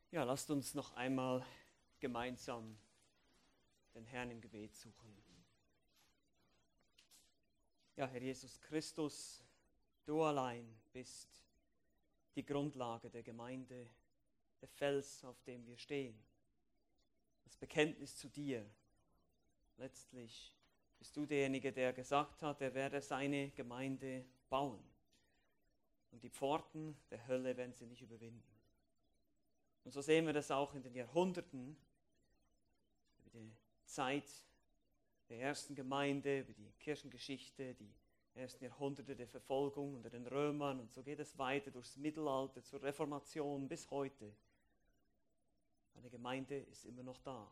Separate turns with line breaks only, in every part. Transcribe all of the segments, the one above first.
Ja, lasst uns noch einmal gemeinsam den Herrn im Gebet suchen. Ja, Herr Jesus Christus, du allein bist die Grundlage der Gemeinde, der Fels, auf dem wir stehen. Das Bekenntnis zu dir. Letztlich bist du derjenige, der gesagt hat, er werde seine Gemeinde bauen. Und die Pforten der Hölle werden sie nicht überwinden. Und so sehen wir das auch in den Jahrhunderten, über die Zeit der ersten Gemeinde, über die Kirchengeschichte, die ersten Jahrhunderte der Verfolgung unter den Römern. Und so geht es weiter durchs Mittelalter, zur Reformation bis heute. Eine Gemeinde ist immer noch da.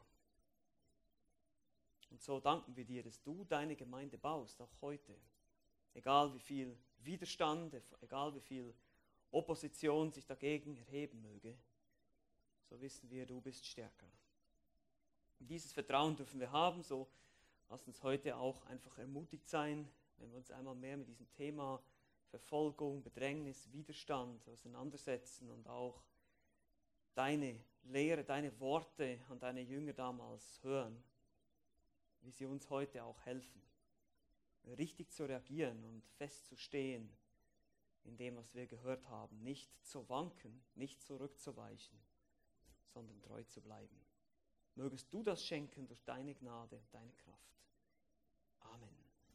Und so danken wir dir, dass du deine Gemeinde baust, auch heute. Egal wie viel Widerstand, egal wie viel Opposition sich dagegen erheben möge. So wissen wir, du bist stärker. Und dieses Vertrauen dürfen wir haben, so lass uns heute auch einfach ermutigt sein, wenn wir uns einmal mehr mit diesem Thema Verfolgung, Bedrängnis, Widerstand auseinandersetzen und auch deine Lehre, deine Worte an deine Jünger damals hören, wie sie uns heute auch helfen, richtig zu reagieren und festzustehen in dem, was wir gehört haben, nicht zu wanken, nicht zurückzuweichen, sondern treu zu bleiben. Mögest du das schenken durch deine Gnade, deine Kraft. Amen.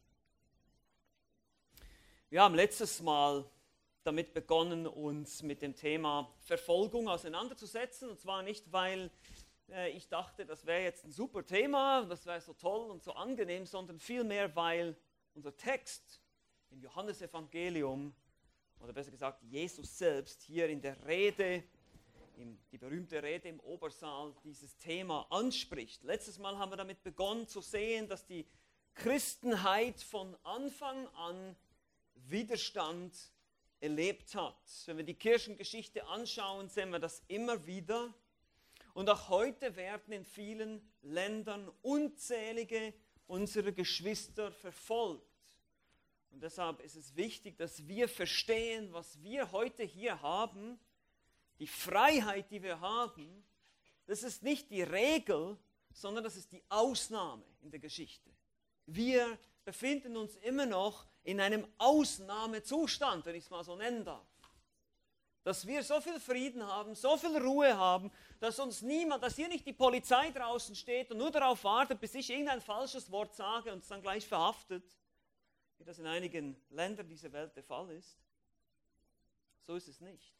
Wir haben letztes Mal damit begonnen, uns mit dem Thema Verfolgung auseinanderzusetzen. Und zwar nicht, weil ich dachte, das wäre jetzt ein super Thema, das wäre so toll und so angenehm, sondern vielmehr, weil unser Text im Johannesevangelium, oder besser gesagt Jesus selbst, hier in der Rede, die berühmte Rede im Obersaal, dieses Thema anspricht. Letztes Mal haben wir damit begonnen zu sehen, dass die Christenheit von Anfang an Widerstand erlebt hat. Wenn wir die Kirchengeschichte anschauen, sehen wir das immer wieder. Und auch heute werden in vielen Ländern unzählige unserer Geschwister verfolgt. Und deshalb ist es wichtig, dass wir verstehen, was wir heute hier haben. Die Freiheit, die wir haben, das ist nicht die Regel, sondern das ist die Ausnahme in der Geschichte. Wir befinden uns immer noch in einem Ausnahmezustand, wenn ich es mal so nennen darf. Dass wir so viel Frieden haben, so viel Ruhe haben, dass uns niemand, dass hier nicht die Polizei draußen steht und nur darauf wartet, bis ich irgendein falsches Wort sage und es dann gleich verhaftet, wie das in einigen Ländern dieser Welt der Fall ist. So ist es nicht.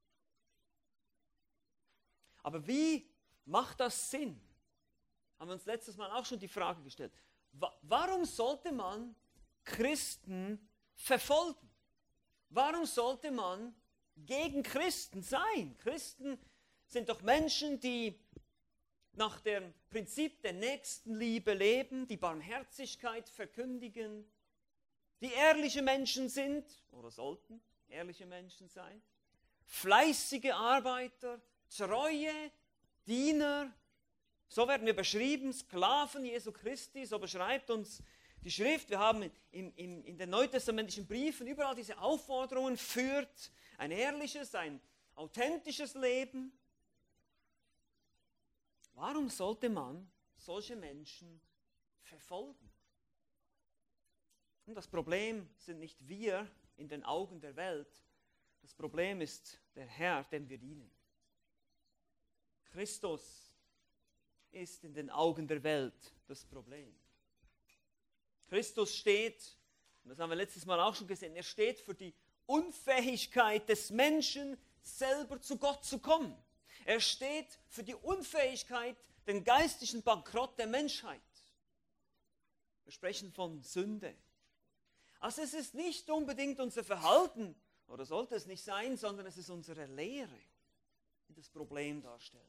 Aber wie macht das Sinn? Haben wir uns letztes Mal auch schon die Frage gestellt. Warum sollte man Christen verfolgen? Warum sollte man gegen Christen sein? Christen sind doch Menschen, die nach dem Prinzip der Nächstenliebe leben, die Barmherzigkeit verkündigen, die ehrliche Menschen sind oder sollten ehrliche Menschen sein, fleißige Arbeiter, treue Diener, so werden wir beschrieben, Sklaven Jesu Christi, so beschreibt uns die Schrift. Wir haben in den neutestamentlichen Briefen überall diese Aufforderungen, führt ein ehrliches, ein authentisches Leben. Warum sollte man solche Menschen verfolgen? Und das Problem sind nicht wir in den Augen der Welt, das Problem ist der Herr, dem wir dienen. Christus ist in den Augen der Welt das Problem. Christus steht, und das haben wir letztes Mal auch schon gesehen, er steht für die Unfähigkeit des Menschen, selber zu Gott zu kommen. Er steht für die Unfähigkeit, den geistlichen Bankrott der Menschheit. Wir sprechen von Sünde. Also es ist nicht unbedingt unser Verhalten, oder sollte es nicht sein, sondern es ist unsere Lehre, die das Problem darstellt.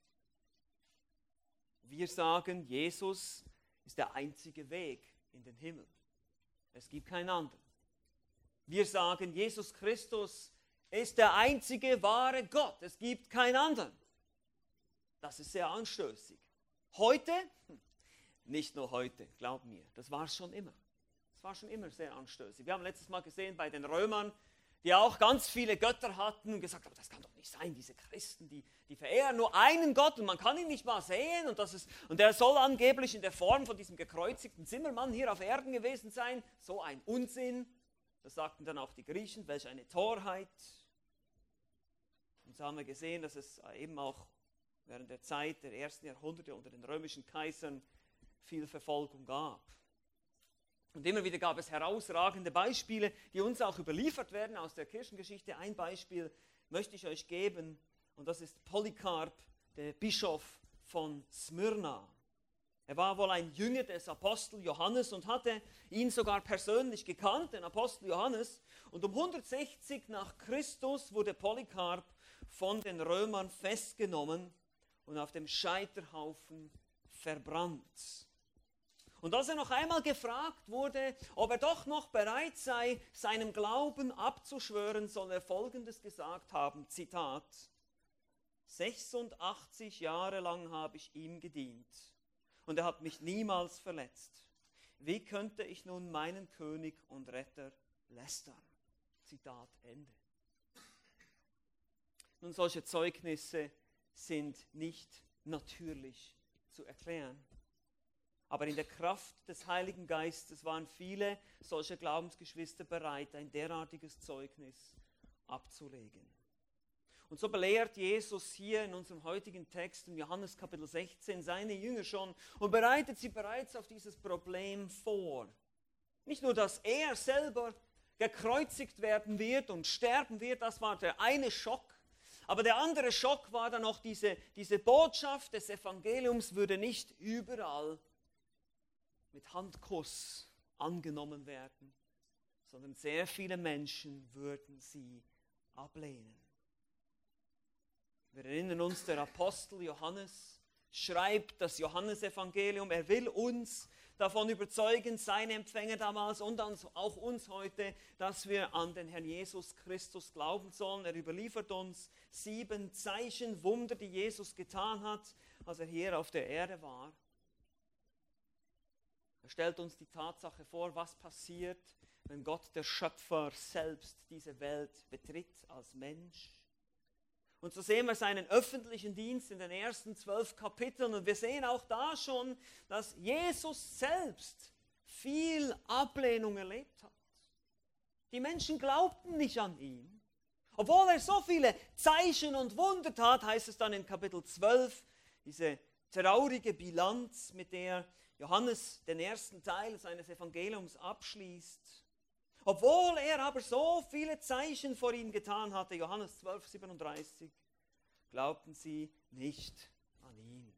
Wir sagen, Jesus ist der einzige Weg in den Himmel. Es gibt keinen anderen. Wir sagen, Jesus Christus ist der einzige wahre Gott. Es gibt keinen anderen. Das ist sehr anstößig. Heute, nicht nur heute, glaub mir, das war es schon immer. Es war schon immer sehr anstößig. Wir haben letztes Mal gesehen bei den Römern, die auch ganz viele Götter hatten und gesagt haben, das kann doch nicht sein, diese Christen, die verehren nur einen Gott und man kann ihn nicht mal sehen und der soll angeblich in der Form von diesem gekreuzigten Zimmermann hier auf Erden gewesen sein. So ein Unsinn. Das sagten dann auch die Griechen, welch eine Torheit. Und so haben wir gesehen, dass es eben auch während der Zeit der ersten Jahrhunderte unter den römischen Kaisern viel Verfolgung gab. Und immer wieder gab es herausragende Beispiele, die uns auch überliefert werden aus der Kirchengeschichte. Ein Beispiel möchte ich euch geben, und das ist Polycarp, der Bischof von Smyrna. Er war wohl ein Jünger des Apostel Johannes und hatte ihn sogar persönlich gekannt, den Apostel Johannes. Und um 160 nach Christus wurde Polycarp von den Römern festgenommen und auf dem Scheiterhaufen verbrannt. Und als er noch einmal gefragt wurde, ob er doch noch bereit sei, seinem Glauben abzuschwören, soll er Folgendes gesagt haben, Zitat: 86 Jahre lang habe ich ihm gedient und er hat mich niemals verletzt. Wie könnte ich nun meinen König und Retter lästern? Zitat Ende. Nun, solche Zeugnisse sind nicht natürlich zu erklären. Aber in der Kraft des Heiligen Geistes waren viele solcher Glaubensgeschwister bereit, ein derartiges Zeugnis abzulegen. Und so belehrt Jesus hier in unserem heutigen Text in Johannes Kapitel 16 seine Jünger schon und bereitet sie bereits auf dieses Problem vor. Nicht nur, dass er selber gekreuzigt werden wird und sterben wird, das war der eine Schock. Aber der andere Schock war dann noch diese Botschaft des Evangeliums würde nicht überall mit Handkuss angenommen werden, sondern sehr viele Menschen würden sie ablehnen. Wir erinnern uns, der Apostel Johannes schreibt das Johannesevangelium. Er will uns davon überzeugen, seine Empfänger damals und auch uns heute, dass wir an den Herrn Jesus Christus glauben sollen. Er überliefert uns 7 Zeichen, Wunder, die Jesus getan hat, als er hier auf der Erde war. Er stellt uns die Tatsache vor, was passiert, wenn Gott, der Schöpfer, selbst diese Welt betritt als Mensch. Und so sehen wir seinen öffentlichen Dienst in den ersten 12 Kapiteln. Und wir sehen auch da schon, dass Jesus selbst viel Ablehnung erlebt hat. Die Menschen glaubten nicht an ihn. Obwohl er so viele Zeichen und Wunder tat, heißt es dann in Kapitel 12, diese traurige Bilanz, mit der Johannes den ersten Teil seines Evangeliums abschließt. Obwohl er aber so viele Zeichen vor ihnen getan hatte, Johannes 12, 37, glaubten sie nicht an ihn.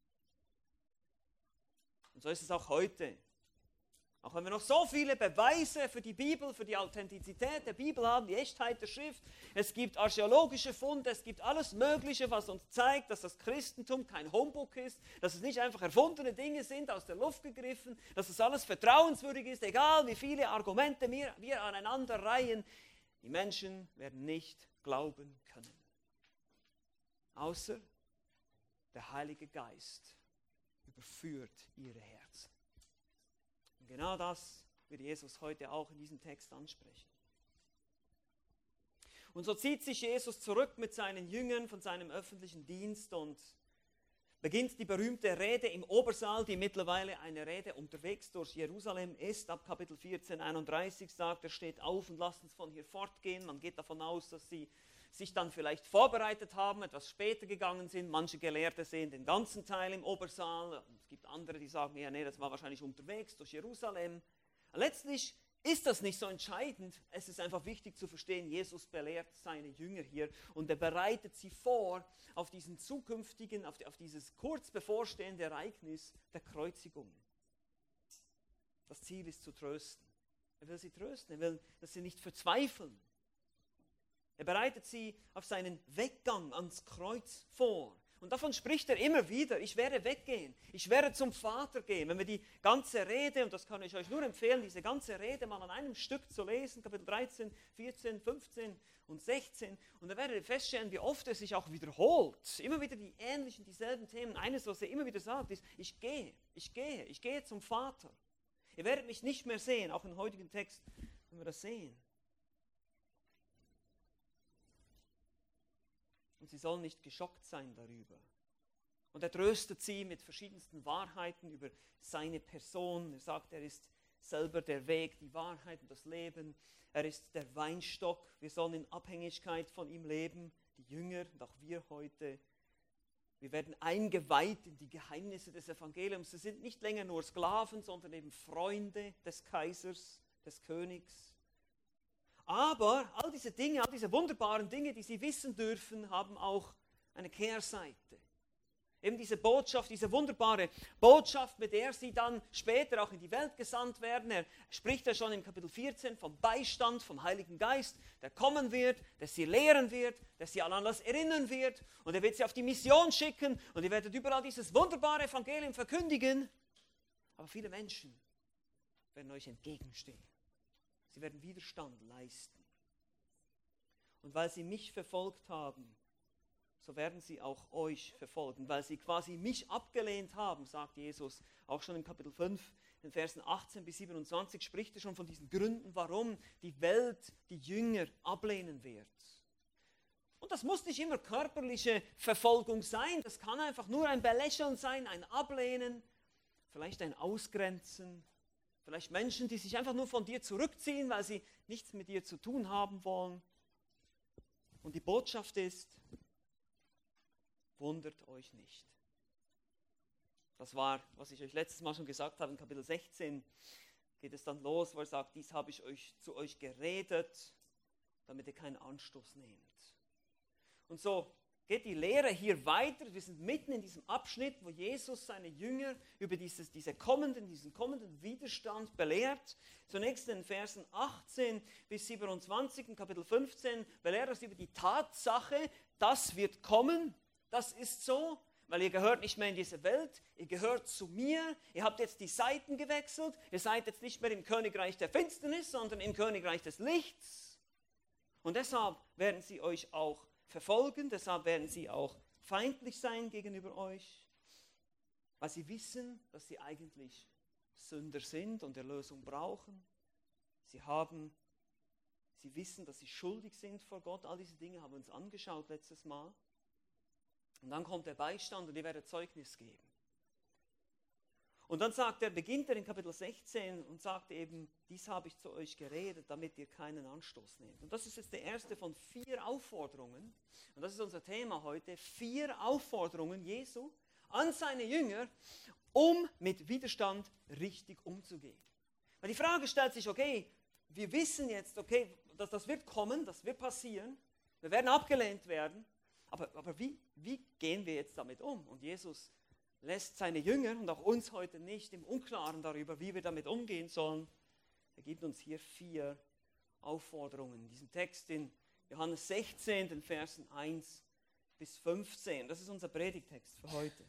Und so ist es auch heute. Auch wenn wir noch so viele Beweise für die Bibel, für die Authentizität der Bibel haben, die Echtheit der Schrift, es gibt archäologische Funde, es gibt alles Mögliche, was uns zeigt, dass das Christentum kein Humbug ist, dass es nicht einfach erfundene Dinge sind, aus der Luft gegriffen, dass es alles vertrauenswürdig ist, egal wie viele Argumente wir aneinander reihen. Die Menschen werden nicht glauben können. Außer der Heilige Geist überführt ihre Herzen. Und genau das wird Jesus heute auch in diesem Text ansprechen. Und so zieht sich Jesus zurück mit seinen Jüngern von seinem öffentlichen Dienst und beginnt die berühmte Rede im Obersaal, die mittlerweile eine Rede unterwegs durch Jerusalem ist. Ab Kapitel 14, 31 sagt er, steht auf und lasst uns von hier fortgehen. Man geht davon aus, dass sie sich dann vielleicht vorbereitet haben, etwas später gegangen sind. Manche Gelehrte sehen den ganzen Teil im Obersaal. Es gibt andere, die sagen, ja, nee, das war wahrscheinlich unterwegs durch Jerusalem. Letztlich ist das nicht so entscheidend. Es ist einfach wichtig zu verstehen, Jesus belehrt seine Jünger hier und er bereitet sie vor auf diesen zukünftigen, auf dieses kurz bevorstehende Ereignis der Kreuzigung. Das Ziel ist zu trösten. Er will sie trösten, er will, dass sie nicht verzweifeln. Er bereitet sie auf seinen Weggang ans Kreuz vor. Und davon spricht er immer wieder, ich werde weggehen, ich werde zum Vater gehen. Wenn wir die ganze Rede, und das kann ich euch nur empfehlen, diese ganze Rede mal an einem Stück zu lesen, Kapitel 13, 14, 15 und 16, und dann werdet ihr feststellen, wie oft er sich auch wiederholt. Immer wieder die ähnlichen, dieselben Themen. Eines, was er immer wieder sagt, ist, ich gehe zum Vater. Ihr werdet mich nicht mehr sehen, auch im heutigen Text, wenn wir das sehen. sie sollen nicht geschockt sein darüber. Und er tröstet sie mit verschiedensten Wahrheiten über seine Person. Er sagt, er ist selber der Weg, die Wahrheit und das Leben. Er ist der Weinstock. Wir sollen in Abhängigkeit von ihm leben, die Jünger und auch wir heute. Wir werden eingeweiht in die Geheimnisse des Evangeliums. Sie sind nicht länger nur Sklaven, sondern eben Freunde des Kaisers, des Königs. Aber all diese Dinge, all diese wunderbaren Dinge, die sie wissen dürfen, haben auch eine Kehrseite. Eben diese Botschaft, diese wunderbare Botschaft, mit der sie dann später auch in die Welt gesandt werden. Er spricht ja schon im Kapitel 14 vom Beistand, vom Heiligen Geist, der kommen wird, der sie lehren wird, der sie an alles erinnern wird. Und er wird sie auf die Mission schicken und ihr werdet überall dieses wunderbare Evangelium verkündigen. Aber viele Menschen werden euch entgegenstehen. Sie werden Widerstand leisten. Und weil sie mich verfolgt haben, so werden sie auch euch verfolgen, weil sie quasi mich abgelehnt haben, sagt Jesus, auch schon im Kapitel 5, in Versen 18 bis 27 spricht er schon von diesen Gründen, warum die Welt die Jünger ablehnen wird. Und das muss nicht immer körperliche Verfolgung sein, das kann einfach nur ein Belächeln sein, ein Ablehnen, vielleicht ein Ausgrenzen, vielleicht Menschen, die sich einfach nur von dir zurückziehen, weil sie nichts mit dir zu tun haben wollen. Und die Botschaft ist, wundert euch nicht. Das war, was ich euch letztes Mal schon gesagt habe, in Kapitel 16 geht es dann los, wo er sagt, dies habe ich zu euch geredet, damit ihr keinen Anstoß nehmt. Und so geht die Lehre hier weiter. Wir sind mitten in diesem Abschnitt, wo Jesus seine Jünger über diesen kommenden Widerstand belehrt. Zunächst in Versen 18 bis 27, in Kapitel 15, belehrt er über die Tatsache, das wird kommen. Das ist so, weil ihr gehört nicht mehr in diese Welt, ihr gehört zu mir, ihr habt jetzt die Seiten gewechselt, ihr seid jetzt nicht mehr im Königreich der Finsternis, sondern im Königreich des Lichts. Und deshalb werden sie euch auch verfolgen, deshalb werden sie auch feindlich sein gegenüber euch, weil sie wissen, dass sie eigentlich Sünder sind und Erlösung brauchen. Sie wissen, dass sie schuldig sind vor Gott. All diese Dinge haben wir uns angeschaut letztes Mal. Und dann kommt der Beistand und ihr werdet Zeugnis geben. Und dann beginnt er in Kapitel 16 und sagt eben, dies habe ich zu euch geredet, damit ihr keinen Anstoß nehmt. Und das ist jetzt der erste von 4 Aufforderungen. Und das ist unser Thema heute. 4 Aufforderungen Jesu an seine Jünger, um mit Widerstand richtig umzugehen. Weil die Frage stellt sich, okay, wir wissen jetzt, okay, das wird kommen, das wird passieren. Wir werden abgelehnt werden. Aber wie gehen wir jetzt damit um? Und Jesus lässt seine Jünger und auch uns heute nicht im Unklaren darüber, wie wir damit umgehen sollen. Er gibt uns hier 4 Aufforderungen. In diesem Text in Johannes 16, den Versen 1 bis 15. Das ist unser Predigtext für heute.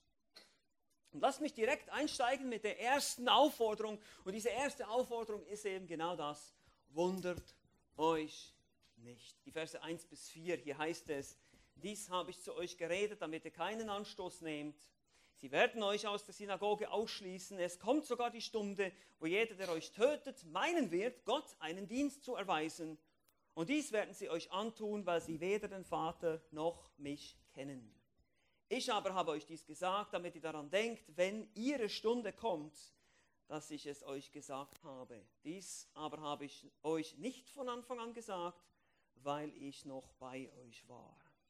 Und lasst mich direkt einsteigen mit der ersten Aufforderung. Und diese erste Aufforderung ist eben genau das. Wundert euch nicht. Die Verse 1 bis 4, hier heißt es, dies habe ich zu euch geredet, damit ihr keinen Anstoß nehmt. Sie werden euch aus der Synagoge ausschließen. Es kommt sogar die Stunde, wo jeder, der euch tötet, meinen wird, Gott einen Dienst zu erweisen. Und dies werden sie euch antun, weil sie weder den Vater noch mich kennen. Ich aber habe euch dies gesagt, damit ihr daran denkt, wenn ihre Stunde kommt, dass ich es euch gesagt habe. Dies aber habe ich euch nicht von Anfang an gesagt, weil ich noch bei euch war.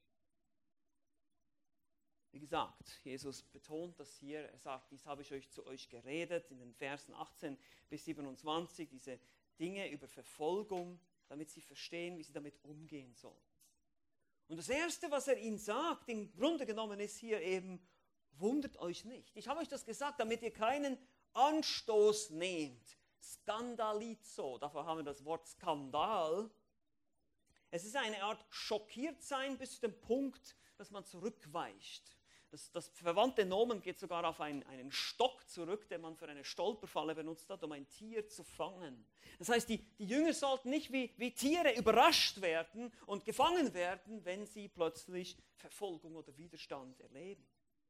Wie gesagt, Jesus betont das hier. Er sagt, dies habe ich euch zu euch geredet, in den Versen 18 bis 27, diese Dinge über Verfolgung, damit sie verstehen, wie sie damit umgehen sollen. Und das Erste, was er ihnen sagt, im Grunde genommen ist hier eben, wundert euch nicht. Ich habe euch das gesagt, damit ihr keinen Anstoß nehmt. Skandalizo, dafür haben wir das Wort Skandal. Es ist eine Art Schockiertsein bis zu dem Punkt, dass man zurückweicht. Das verwandte Nomen geht sogar auf einen Stock zurück, den man für eine Stolperfalle benutzt hat, um ein Tier zu fangen. Das heißt, die Jünger sollten nicht wie Tiere überrascht werden und gefangen werden, wenn sie plötzlich Verfolgung oder Widerstand erleben.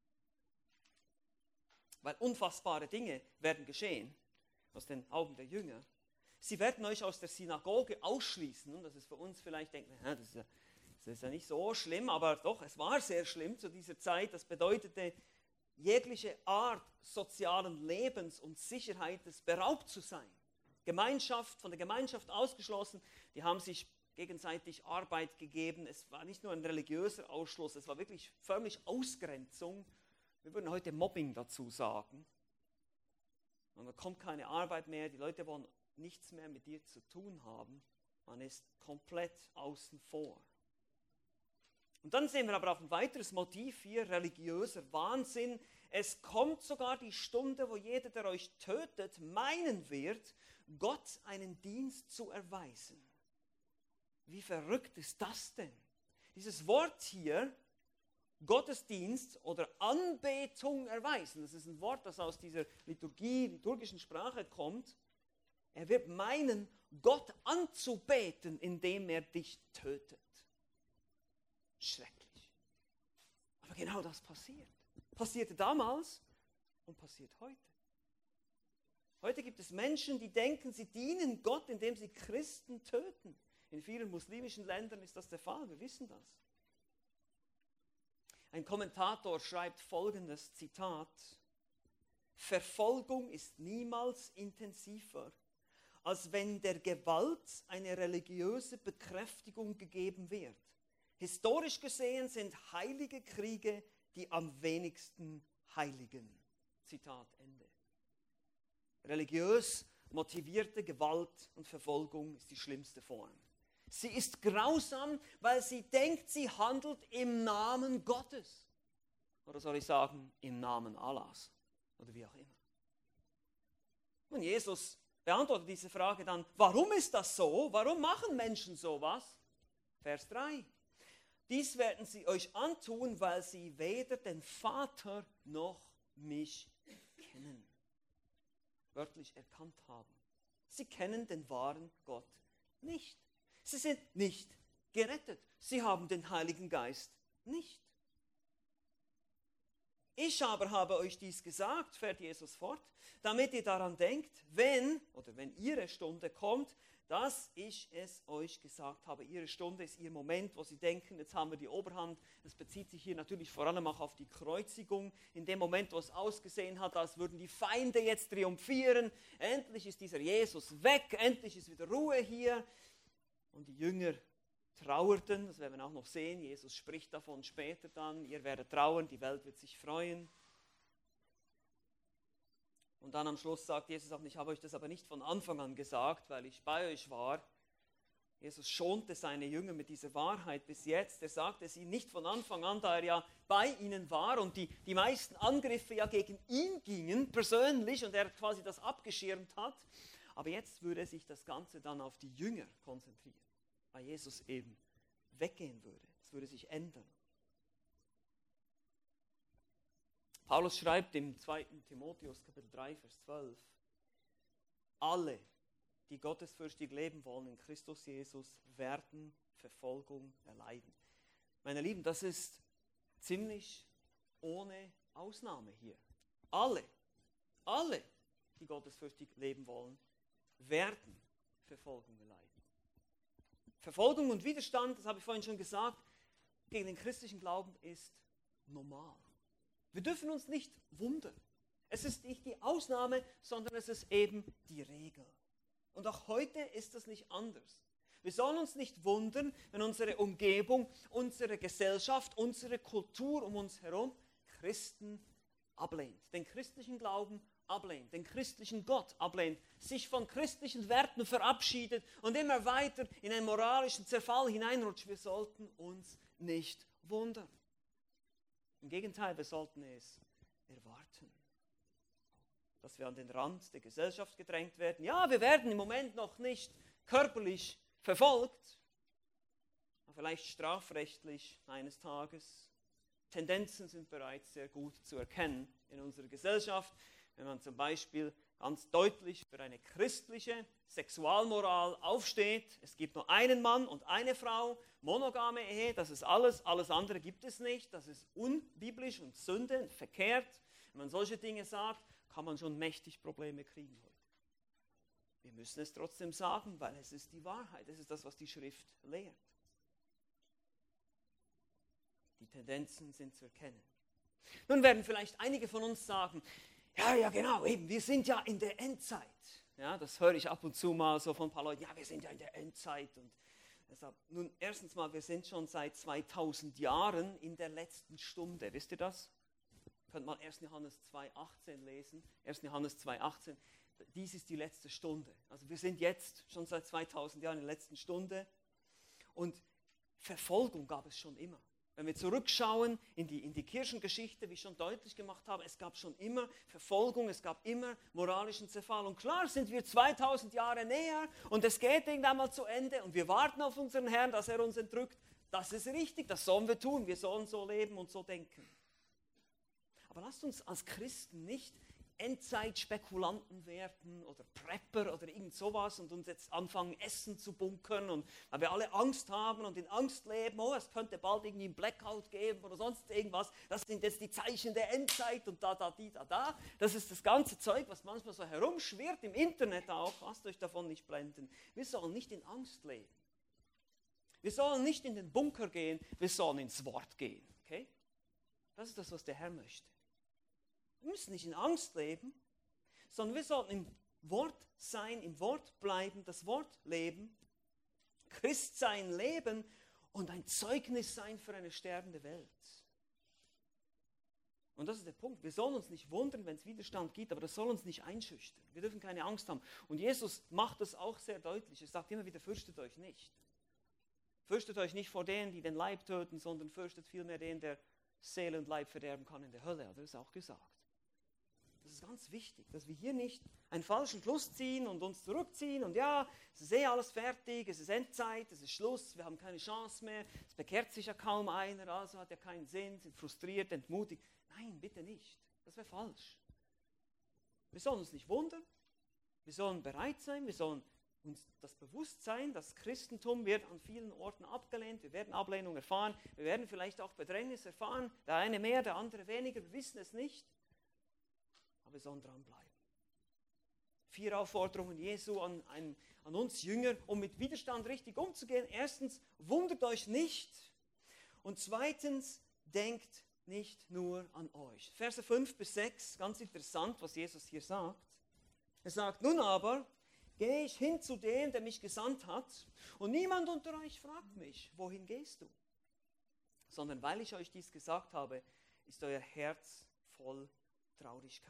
Weil unfassbare Dinge werden geschehen aus den Augen der Jünger. Sie werden euch aus der Synagoge ausschließen. Und das ist für uns vielleicht, denken wir, das ist Das ist ja nicht so schlimm, aber doch, es war sehr schlimm zu dieser Zeit. Das bedeutete, jegliche Art sozialen Lebens und Sicherheits beraubt zu sein. Gemeinschaft, von der Gemeinschaft ausgeschlossen, die haben sich gegenseitig Arbeit gegeben. Es war nicht nur ein religiöser Ausschluss, es war wirklich förmlich Ausgrenzung. Wir würden heute Mobbing dazu sagen. Und da kommt keine Arbeit mehr, die Leute wollen nichts mehr mit dir zu tun haben. Man ist komplett außen vor. Und dann sehen wir aber auch ein weiteres Motiv hier, religiöser Wahnsinn. Es kommt sogar die Stunde, wo jeder, der euch tötet, meinen wird, Gott einen Dienst zu erweisen. Wie verrückt ist das denn? Dieses Wort hier, Gottesdienst oder Anbetung erweisen, das ist ein Wort, das aus dieser liturgischen Sprache kommt. Er wird meinen, Gott anzubeten, indem er dich tötet. Schrecklich. Aber genau das passiert. Passierte damals und passiert heute. Heute gibt es Menschen, die denken, sie dienen Gott, indem sie Christen töten. In vielen muslimischen Ländern ist das der Fall, wir wissen das. Ein Kommentator schreibt folgendes Zitat: Verfolgung ist niemals intensiver, als wenn der Gewalt eine religiöse Bekräftigung gegeben wird. Historisch gesehen sind heilige Kriege die am wenigsten heiligen. Zitat Ende. Religiös motivierte Gewalt und Verfolgung ist die schlimmste Form. Sie ist grausam, weil sie denkt, sie handelt im Namen Gottes. Oder soll ich sagen, im Namen Allahs. Oder wie auch immer. Und Jesus beantwortet diese Frage dann, warum ist das so? Warum machen Menschen sowas? Vers 3. Dies werden sie euch antun, weil sie weder den Vater noch mich kennen. Wörtlich erkannt haben. Sie kennen den wahren Gott nicht. Sie sind nicht gerettet. Sie haben den Heiligen Geist nicht. Ich aber habe euch dies gesagt, fährt Jesus fort, damit ihr daran denkt, wenn ihre Stunde kommt, dass ich es euch gesagt habe. Ihre Stunde ist ihr Moment, wo sie denken, jetzt haben wir die Oberhand. Das bezieht sich hier natürlich vor allem auch auf die Kreuzigung. In dem Moment, wo es ausgesehen hat, als würden die Feinde jetzt triumphieren. Endlich ist dieser Jesus weg, endlich ist wieder Ruhe hier. Und die Jünger trauerten, das werden wir auch noch sehen. Jesus spricht davon später dann. Ihr werdet trauern, die Welt wird sich freuen. Und dann am Schluss sagt Jesus auch, ich habe euch das aber nicht von Anfang an gesagt, weil ich bei euch war. Jesus schonte seine Jünger mit dieser Wahrheit bis jetzt. Er sagte es ihnen nicht von Anfang an, da er ja bei ihnen war und die meisten Angriffe ja gegen ihn gingen, persönlich, und er quasi das abgeschirmt hat. Aber jetzt würde sich das Ganze dann auf die Jünger konzentrieren, weil Jesus eben weggehen würde. Es würde sich ändern. Paulus schreibt im 2. Timotheus Kapitel 3, Vers 12, alle, die gottesfürchtig leben wollen in Christus Jesus, werden Verfolgung erleiden. Meine Lieben, das ist ziemlich ohne Ausnahme hier. Alle, die gottesfürchtig leben wollen, werden Verfolgung erleiden. Verfolgung und Widerstand, das habe ich vorhin schon gesagt, gegen den christlichen Glauben ist normal. Wir dürfen uns nicht wundern. Es ist nicht die Ausnahme, sondern es ist eben die Regel. Und auch heute ist das nicht anders. Wir sollen uns nicht wundern, wenn unsere Umgebung, unsere Gesellschaft, unsere Kultur um uns herum Christen ablehnt, den christlichen Glauben ablehnt, den christlichen Gott ablehnt, sich von christlichen Werten verabschiedet und immer weiter in einen moralischen Zerfall hineinrutscht. Wir sollten uns nicht wundern. Im Gegenteil, wir sollten es erwarten, dass wir an den Rand der Gesellschaft gedrängt werden. Ja, wir werden im Moment noch nicht körperlich verfolgt, aber vielleicht strafrechtlich eines Tages. Tendenzen sind bereits sehr gut zu erkennen in unserer Gesellschaft, wenn man zum Beispiel ganz deutlich für eine christliche Sexualmoral aufsteht. Es gibt nur einen Mann und eine Frau, monogame Ehe, das ist alles andere gibt es nicht, das ist unbiblisch und Sünde, verkehrt. Wenn man solche Dinge sagt, kann man schon mächtig Probleme kriegen heute. Wir müssen es trotzdem sagen, weil es ist die Wahrheit, es ist das, was die Schrift lehrt. Die Tendenzen sind zu erkennen. Nun werden vielleicht einige von uns sagen, ja, genau, eben, wir sind ja in der Endzeit. Ja, das höre ich ab und zu mal so von ein paar Leuten, ja, wir sind ja in der Endzeit. Und deshalb, nun, erstens mal, wir sind schon seit 2000 Jahren in der letzten Stunde. Wisst ihr das? Könnt mal 1. Johannes 2,18 lesen. 1. Johannes 2,18. Dies ist die letzte Stunde. Also wir sind jetzt schon seit 2000 Jahren in der letzten Stunde. Und Verfolgung gab es schon immer. Wenn wir zurückschauen in die Kirchengeschichte, wie ich schon deutlich gemacht habe, es gab schon immer Verfolgung, es gab immer moralischen Zerfall. Und klar sind wir 2000 Jahre näher und es geht irgendwann mal zu Ende und wir warten auf unseren Herrn, dass er uns entrückt. Das ist richtig, das sollen wir tun, wir sollen so leben und so denken. Aber lasst uns als Christen nicht Endzeitspekulanten werden oder Prepper oder irgend sowas und uns jetzt anfangen, Essen zu bunkern und weil wir alle Angst haben und in Angst leben, oh, es könnte bald irgendwie einen Blackout geben oder sonst irgendwas, das sind jetzt die Zeichen der Endzeit und da. Das ist das ganze Zeug, was manchmal so herumschwirrt im Internet auch, lasst euch davon nicht blenden. Wir sollen nicht in Angst leben. Wir sollen nicht in den Bunker gehen, wir sollen ins Wort gehen. Okay? Das ist das, was der Herr möchte. Wir müssen nicht in Angst leben, sondern wir sollten im Wort sein, im Wort bleiben, das Wort leben, Christsein leben und ein Zeugnis sein für eine sterbende Welt. Und das ist der Punkt. Wir sollen uns nicht wundern, wenn es Widerstand gibt, aber das soll uns nicht einschüchtern. Wir dürfen keine Angst haben. Und Jesus macht das auch sehr deutlich. Er sagt immer wieder, fürchtet euch nicht. Fürchtet euch nicht vor denen, die den Leib töten, sondern fürchtet vielmehr den, der Seele und Leib verderben kann in der Hölle. Hat er es auch gesagt. Das ist ganz wichtig, dass wir hier nicht einen falschen Schluss ziehen und uns zurückziehen und ja, es ist alles fertig, es ist Endzeit, es ist Schluss, wir haben keine Chance mehr, es bekehrt sich ja kaum einer, also hat ja keinen Sinn, sind frustriert, entmutigt. Nein, bitte nicht, das wäre falsch. Wir sollen uns nicht wundern, wir sollen bereit sein, wir sollen uns das bewusst sein, das Christentum wird an vielen Orten abgelehnt, wir werden Ablehnung erfahren, wir werden vielleicht auch Bedrängnis erfahren, der eine mehr, der andere weniger, wir wissen es nicht. Aber wir sollen dranbleiben. 4 Aufforderungen Jesu an uns Jünger, um mit Widerstand richtig umzugehen. Erstens, wundert euch nicht. Und zweitens, denkt nicht nur an euch. Verse 5-6, ganz interessant, was Jesus hier sagt. Er sagt, nun aber gehe ich hin zu dem, der mich gesandt hat, und niemand unter euch fragt mich, wohin gehst du? Sondern weil ich euch dies gesagt habe, ist euer Herz voll Traurigkeit.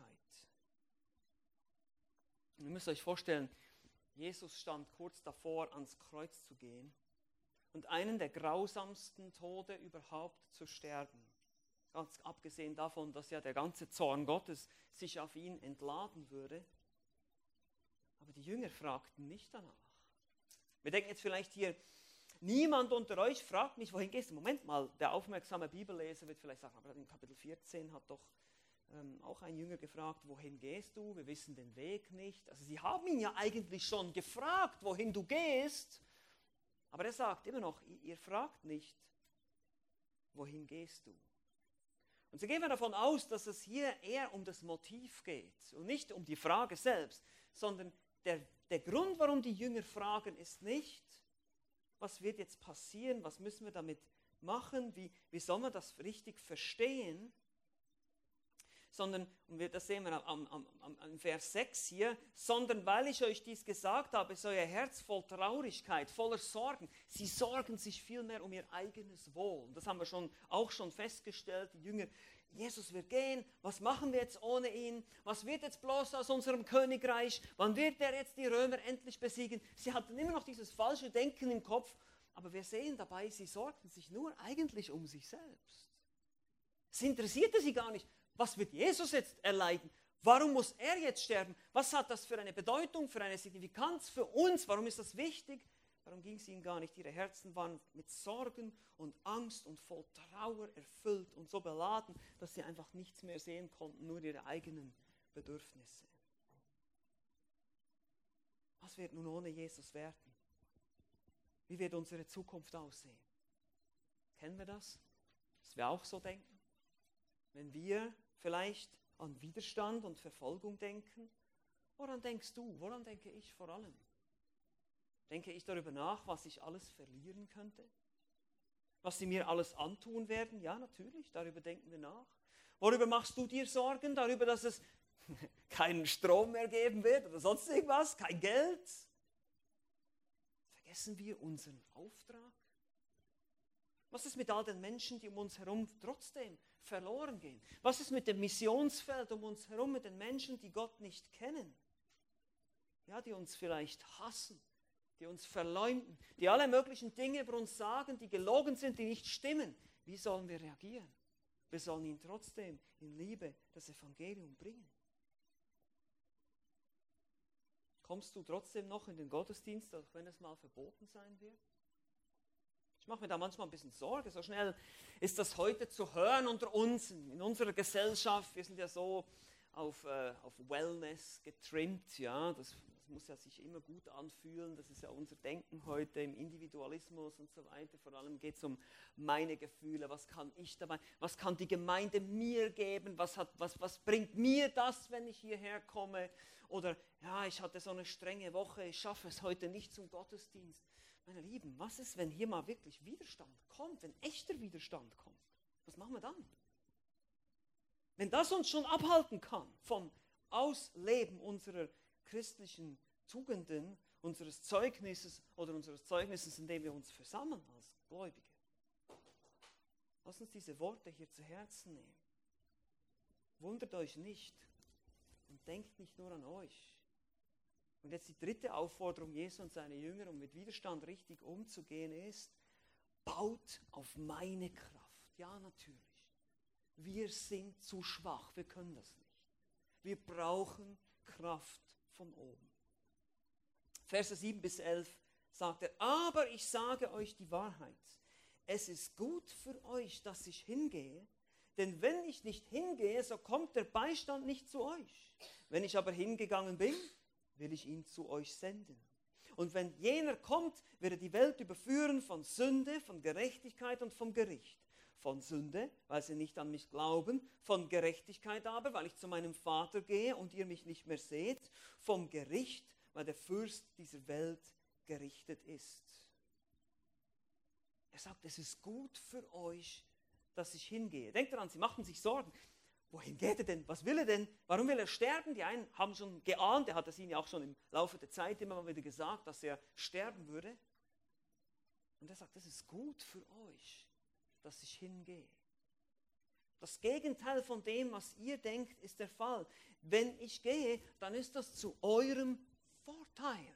Ihr müsst euch vorstellen, Jesus stand kurz davor, ans Kreuz zu gehen und einen der grausamsten Tode überhaupt zu sterben. Ganz abgesehen davon, dass ja der ganze Zorn Gottes sich auf ihn entladen würde. Aber die Jünger fragten nicht danach. Wir denken jetzt vielleicht hier, niemand unter euch fragt mich, wohin gehst du? Moment mal, der aufmerksame Bibelleser wird vielleicht sagen, aber in Kapitel 14 hat doch auch ein Jünger gefragt, wohin gehst du? Wir wissen den Weg nicht. Also sie haben ihn ja eigentlich schon gefragt, wohin du gehst. Aber er sagt immer noch, ihr fragt nicht, wohin gehst du? Und sie gehen davon aus, dass es hier eher um das Motiv geht und nicht um die Frage selbst, sondern der Grund, warum die Jünger fragen, ist nicht, was wird jetzt passieren, was müssen wir damit machen, wie soll man das richtig verstehen, sondern, und das sehen wir am Vers 6 hier, sondern weil ich euch dies gesagt habe, ist euer Herz voll Traurigkeit, voller Sorgen. Sie sorgen sich vielmehr um ihr eigenes Wohl. Das haben wir auch schon festgestellt, die Jünger, Jesus wird gehen, was machen wir jetzt ohne ihn? Was wird jetzt bloß aus unserem Königreich? Wann wird er jetzt die Römer endlich besiegen? Sie hatten immer noch dieses falsche Denken im Kopf, aber wir sehen dabei, sie sorgten sich nur eigentlich um sich selbst. Es interessierte sie gar nicht. Was wird Jesus jetzt erleiden? Warum muss er jetzt sterben? Was hat das für eine Bedeutung, für eine Signifikanz für uns? Warum ist das wichtig? Warum ging es ihnen gar nicht? Ihre Herzen waren mit Sorgen und Angst und voll Trauer erfüllt und so beladen, dass sie einfach nichts mehr sehen konnten, nur ihre eigenen Bedürfnisse. Was wird nun ohne Jesus werden? Wie wird unsere Zukunft aussehen? Kennen wir das? Dass wir auch so denken? Wenn wir vielleicht an Widerstand und Verfolgung denken, woran denkst du? Woran denke ich vor allem? Denke ich darüber nach, was ich alles verlieren könnte? Was sie mir alles antun werden? Ja, natürlich, darüber denken wir nach. Worüber machst du dir Sorgen? Darüber, dass es keinen Strom mehr geben wird oder sonst irgendwas? Kein Geld? Vergessen wir unseren Auftrag? Was ist mit all den Menschen, die um uns herum trotzdem verloren gehen? Was ist mit dem Missionsfeld um uns herum, mit den Menschen, die Gott nicht kennen? Ja, die uns vielleicht hassen, die uns verleumden, die alle möglichen Dinge über uns sagen, die gelogen sind, die nicht stimmen. Wie sollen wir reagieren? Wir sollen ihnen trotzdem in Liebe das Evangelium bringen. Kommst du trotzdem noch in den Gottesdienst, auch wenn es mal verboten sein wird? Ich mache mir da manchmal ein bisschen Sorge. So schnell ist das heute zu hören unter uns, in unserer Gesellschaft. Wir sind ja so auf Wellness getrimmt. Ja? Das muss ja sich immer gut anfühlen. Das ist ja unser Denken heute im Individualismus und so weiter. Vor allem geht es um meine Gefühle. Was kann ich dabei? Was kann die Gemeinde mir geben? Was bringt mir das, wenn ich hierher komme? Oder ja, ich hatte so eine strenge Woche. Ich schaffe es heute nicht zum Gottesdienst. Meine Lieben, was ist, wenn hier mal wirklich Widerstand kommt, wenn echter Widerstand kommt? Was machen wir dann? Wenn das uns schon abhalten kann vom Ausleben unserer christlichen Tugenden, unseres Zeugnisses oder unseres Zeugnisses, in dem wir uns versammeln als Gläubige. Lasst uns diese Worte hier zu Herzen nehmen. Wundert euch nicht und denkt nicht nur an euch. Und jetzt die dritte Aufforderung Jesu und seine Jünger, um mit Widerstand richtig umzugehen, ist, baut auf meine Kraft. Ja, natürlich. Wir sind zu schwach, wir können das nicht. Wir brauchen Kraft von oben. Verse 7 bis 11 sagt er, aber ich sage euch die Wahrheit. Es ist gut für euch, dass ich hingehe, denn wenn ich nicht hingehe, so kommt der Beistand nicht zu euch. Wenn ich aber hingegangen bin, will ich ihn zu euch senden. Und wenn jener kommt, wird er die Welt überführen von Sünde, von Gerechtigkeit und vom Gericht. Von Sünde, weil sie nicht an mich glauben, von Gerechtigkeit aber, weil ich zu meinem Vater gehe und ihr mich nicht mehr seht, vom Gericht, weil der Fürst dieser Welt gerichtet ist. Er sagt, es ist gut für euch, dass ich hingehe. Denkt daran, sie machten sich Sorgen. Wohin geht er denn? Was will er denn? Warum will er sterben? Die einen haben schon geahnt, er hat es ihnen ja auch schon im Laufe der Zeit immer mal wieder gesagt, dass er sterben würde. Und er sagt, es ist gut für euch, dass ich hingehe. Das Gegenteil von dem, was ihr denkt, ist der Fall. Wenn ich gehe, dann ist das zu eurem Vorteil.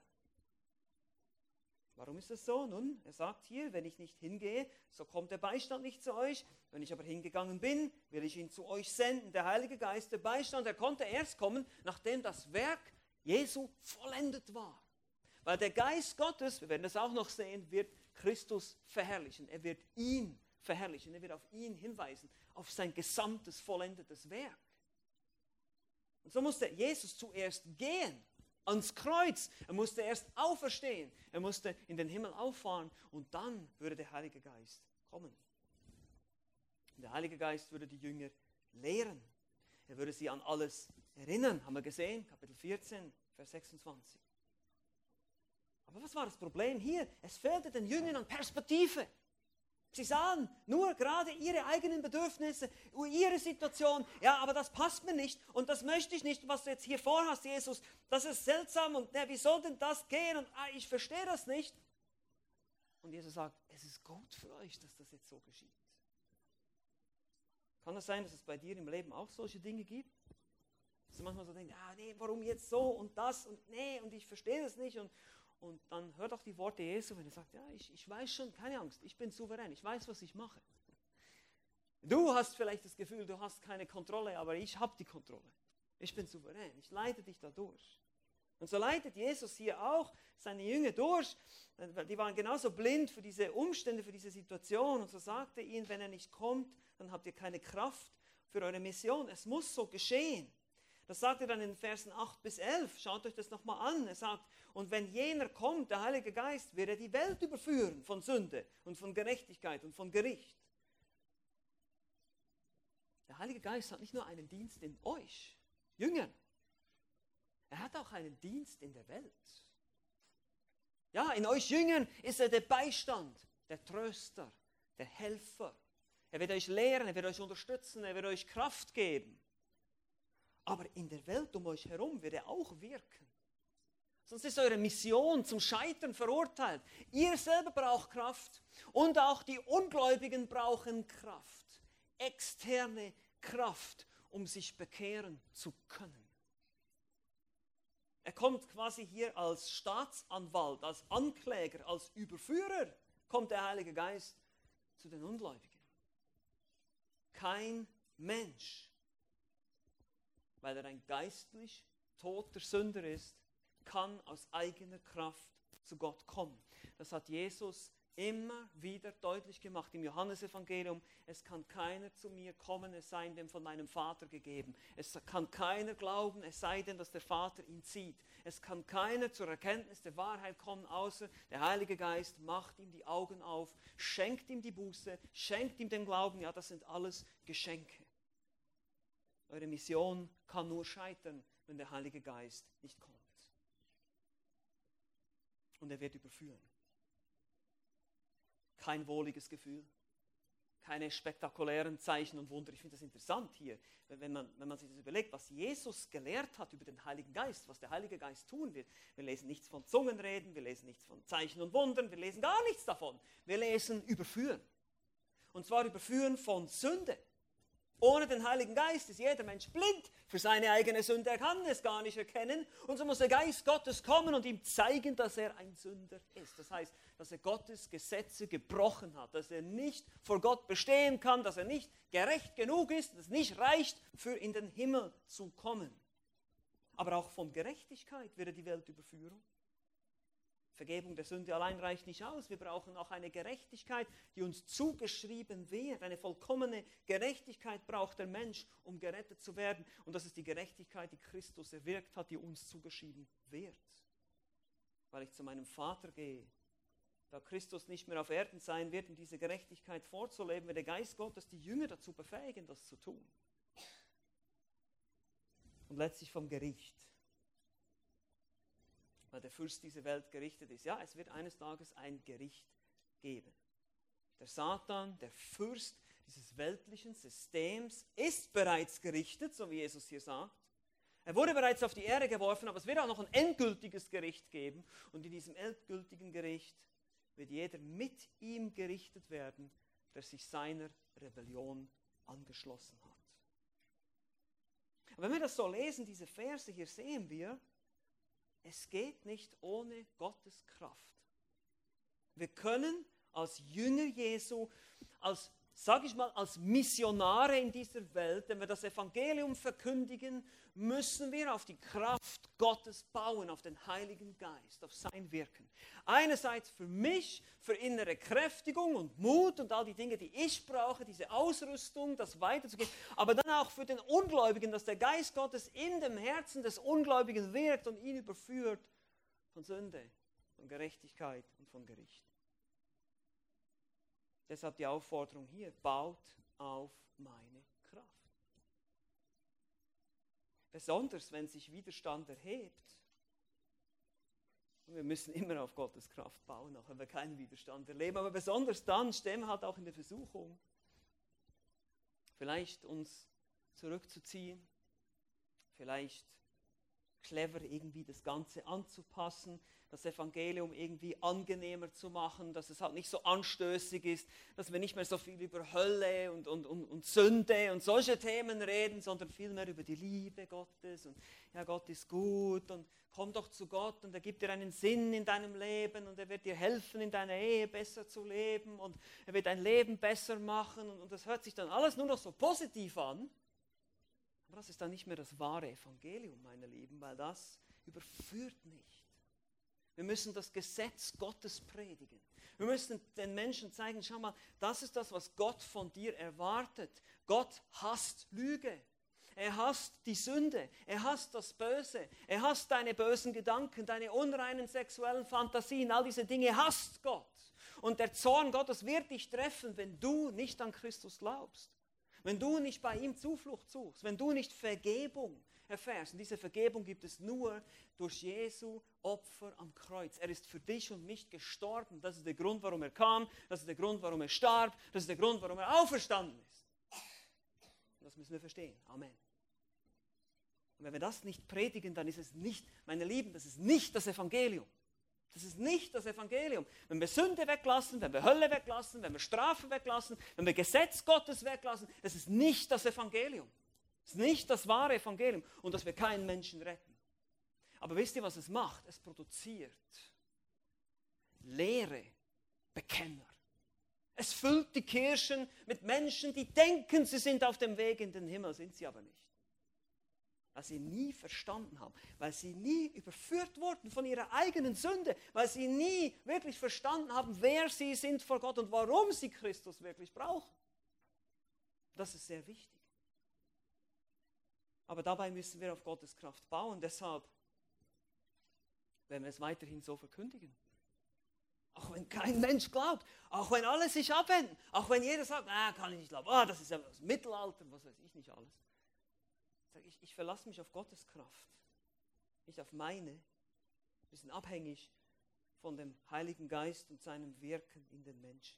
Warum ist das so? Nun, er sagt hier, wenn ich nicht hingehe, so kommt der Beistand nicht zu euch. Wenn ich aber hingegangen bin, will ich ihn zu euch senden. Der Heilige Geist, der Beistand, der konnte erst kommen, nachdem das Werk Jesu vollendet war. Weil der Geist Gottes, wir werden das auch noch sehen, wird Christus verherrlichen. Er wird ihn verherrlichen. Er wird auf ihn hinweisen, auf sein gesamtes vollendetes Werk. Und so musste Jesus zuerst gehen. Ans Kreuz. Er musste erst auferstehen. Er musste in den Himmel auffahren und dann würde der Heilige Geist kommen. Und der Heilige Geist würde die Jünger lehren. Er würde sie an alles erinnern. Haben wir gesehen, Kapitel 14, Vers 26. Aber was war das Problem hier? Es fehlte den Jüngern an Perspektive. Sie sahen nur gerade ihre eigenen Bedürfnisse, ihre Situation. Ja, aber das passt mir nicht und das möchte ich nicht, was du jetzt hier vorhast, Jesus. Das ist seltsam und wie soll denn das gehen und ich verstehe das nicht. Und Jesus sagt, es ist gut für euch, dass das jetzt so geschieht. Kann es sein, dass es bei dir im Leben auch solche Dinge gibt? Dass du manchmal so denkst, nee, warum jetzt so und das und nee und ich verstehe das nicht und dann hört auch die Worte Jesu, wenn er sagt, ja, ich weiß schon, keine Angst, ich bin souverän, ich weiß, was ich mache. Du hast vielleicht das Gefühl, du hast keine Kontrolle, aber ich habe die Kontrolle. Ich bin souverän, ich leite dich da durch. Und so leitet Jesus hier auch seine Jünger durch, weil die waren genauso blind für diese Umstände, für diese Situation. Und so sagt er ihnen, wenn er nicht kommt, dann habt ihr keine Kraft für eure Mission. Es muss so geschehen. Das sagt er dann in Versen 8 bis 11. Schaut euch das nochmal an. Er sagt, und wenn jener kommt, der Heilige Geist, wird er die Welt überführen von Sünde und von Gerechtigkeit und von Gericht. Der Heilige Geist hat nicht nur einen Dienst in euch, Jüngern. Er hat auch einen Dienst in der Welt. Ja, in euch Jüngern ist er der Beistand, der Tröster, der Helfer. Er wird euch lehren, er wird euch unterstützen, er wird euch Kraft geben. Aber in der Welt um euch herum wird er auch wirken. Sonst ist eure Mission zum Scheitern verurteilt. Ihr selber braucht Kraft und auch die Ungläubigen brauchen Kraft. Externe Kraft, um sich bekehren zu können. Er kommt quasi hier als Staatsanwalt, als Ankläger, als Überführer, kommt der Heilige Geist zu den Ungläubigen. Kein Mensch, weil er ein geistlich toter Sünder ist, kann aus eigener Kraft zu Gott kommen. Das hat Jesus immer wieder deutlich gemacht im Johannesevangelium. Es kann keiner zu mir kommen, es sei dem von meinem Vater gegeben. Es kann keiner glauben, es sei denn, dass der Vater ihn zieht. Es kann keiner zur Erkenntnis der Wahrheit kommen, außer der Heilige Geist macht ihm die Augen auf, schenkt ihm die Buße, schenkt ihm den Glauben. Ja, das sind alles Geschenke. Eure Mission kann nur scheitern, wenn der Heilige Geist nicht kommt. Und er wird überführen. Kein wohliges Gefühl, keine spektakulären Zeichen und Wunder. Ich finde das interessant hier, wenn man sich das überlegt, was Jesus gelehrt hat über den Heiligen Geist, was der Heilige Geist tun wird. Wir lesen nichts von Zungenreden, wir lesen nichts von Zeichen und Wundern, wir lesen gar nichts davon. Wir lesen überführen. Und zwar überführen von Sünde. Ohne den Heiligen Geist ist jeder Mensch blind für seine eigene Sünde. Er kann es gar nicht erkennen. Und so muss der Geist Gottes kommen und ihm zeigen, dass er ein Sünder ist. Das heißt, dass er Gottes Gesetze gebrochen hat, dass er nicht vor Gott bestehen kann, dass er nicht gerecht genug ist, dass es nicht reicht, für in den Himmel zu kommen. Aber auch von Gerechtigkeit wird er die Welt überführen. Vergebung der Sünde allein reicht nicht aus. Wir brauchen auch eine Gerechtigkeit, die uns zugeschrieben wird. Eine vollkommene Gerechtigkeit braucht der Mensch, um gerettet zu werden. Und das ist die Gerechtigkeit, die Christus erwirkt hat, die uns zugeschrieben wird. Weil ich zu meinem Vater gehe, da Christus nicht mehr auf Erden sein wird, um diese Gerechtigkeit vorzuleben, wird der Geist Gottes die Jünger dazu befähigen, das zu tun. Und letztlich vom Gericht. Weil der Fürst dieser Welt gerichtet ist. Ja, es wird eines Tages ein Gericht geben. Der Satan, der Fürst dieses weltlichen Systems, ist bereits gerichtet, so wie Jesus hier sagt. Er wurde bereits auf die Erde geworfen, aber es wird auch noch ein endgültiges Gericht geben. Und in diesem endgültigen Gericht wird jeder mit ihm gerichtet werden, der sich seiner Rebellion angeschlossen hat. Und wenn wir das so lesen, diese Verse hier, sehen wir, es geht nicht ohne Gottes Kraft. Wir können als Jünger Jesu, als Missionare in dieser Welt, wenn wir das Evangelium verkündigen, müssen wir auf die Kraft Gottes bauen, auf den Heiligen Geist, auf sein Wirken. Einerseits für mich, für innere Kräftigung und Mut und all die Dinge, die ich brauche, diese Ausrüstung, das weiterzugeben, aber dann auch für den Ungläubigen, dass der Geist Gottes in dem Herzen des Ungläubigen wirkt und ihn überführt von Sünde, von Gerechtigkeit und von Gericht. Deshalb die Aufforderung hier, baut auf meine Kraft. Besonders, wenn sich Widerstand erhebt. Und wir müssen immer auf Gottes Kraft bauen, auch wenn wir keinen Widerstand erleben. Aber besonders dann stehen wir halt auch in der Versuchung, vielleicht uns zurückzuziehen, vielleicht clever irgendwie das Ganze anzupassen, das Evangelium irgendwie angenehmer zu machen, dass es halt nicht so anstößig ist, dass wir nicht mehr so viel über Hölle und Sünde und solche Themen reden, sondern vielmehr über die Liebe Gottes und ja, Gott ist gut und komm doch zu Gott und er gibt dir einen Sinn in deinem Leben und er wird dir helfen, in deiner Ehe besser zu leben und er wird dein Leben besser machen und das hört sich dann alles nur noch so positiv an. Aber das ist dann nicht mehr das wahre Evangelium, meine Lieben, weil das überführt nicht. Wir müssen das Gesetz Gottes predigen. Wir müssen den Menschen zeigen, schau mal, das ist das, was Gott von dir erwartet. Gott hasst Lüge. Er hasst die Sünde. Er hasst das Böse. Er hasst deine bösen Gedanken, deine unreinen sexuellen Fantasien. All diese Dinge hasst Gott. Und der Zorn Gottes wird dich treffen, wenn du nicht an Christus glaubst. Wenn du nicht bei ihm Zuflucht suchst, wenn du nicht Vergebung erfährst, und diese Vergebung gibt es nur durch Jesu Opfer am Kreuz. Er ist für dich und mich gestorben. Das ist der Grund, warum er kam. Das ist der Grund, warum er starb. Das ist der Grund, warum er auferstanden ist. Und das müssen wir verstehen. Amen. Und wenn wir das nicht predigen, dann ist es nicht, meine Lieben, das ist nicht das Evangelium. Das ist nicht das Evangelium. Wenn wir Sünde weglassen, wenn wir Hölle weglassen, wenn wir Strafe weglassen, wenn wir Gesetz Gottes weglassen, das ist nicht das Evangelium. Das ist nicht das wahre Evangelium. Und dass wir keinen Menschen retten. Aber wisst ihr, was es macht? Es produziert leere Bekenner. Es füllt die Kirchen mit Menschen, die denken, sie sind auf dem Weg in den Himmel, sind sie aber nicht. Weil sie nie verstanden haben, weil sie nie überführt wurden von ihrer eigenen Sünde, weil sie nie wirklich verstanden haben, wer sie sind vor Gott und warum sie Christus wirklich brauchen. Das ist sehr wichtig. Aber dabei müssen wir auf Gottes Kraft bauen, deshalb werden wir es weiterhin so verkündigen. Auch wenn kein Mensch glaubt, auch wenn alle sich abwenden, auch wenn jeder sagt, kann ich nicht glauben, das ist ja das Mittelalter, was weiß ich nicht alles. Sag ich verlasse mich auf Gottes Kraft, nicht auf meine. Wir sind abhängig von dem Heiligen Geist und seinem Wirken in den Menschen.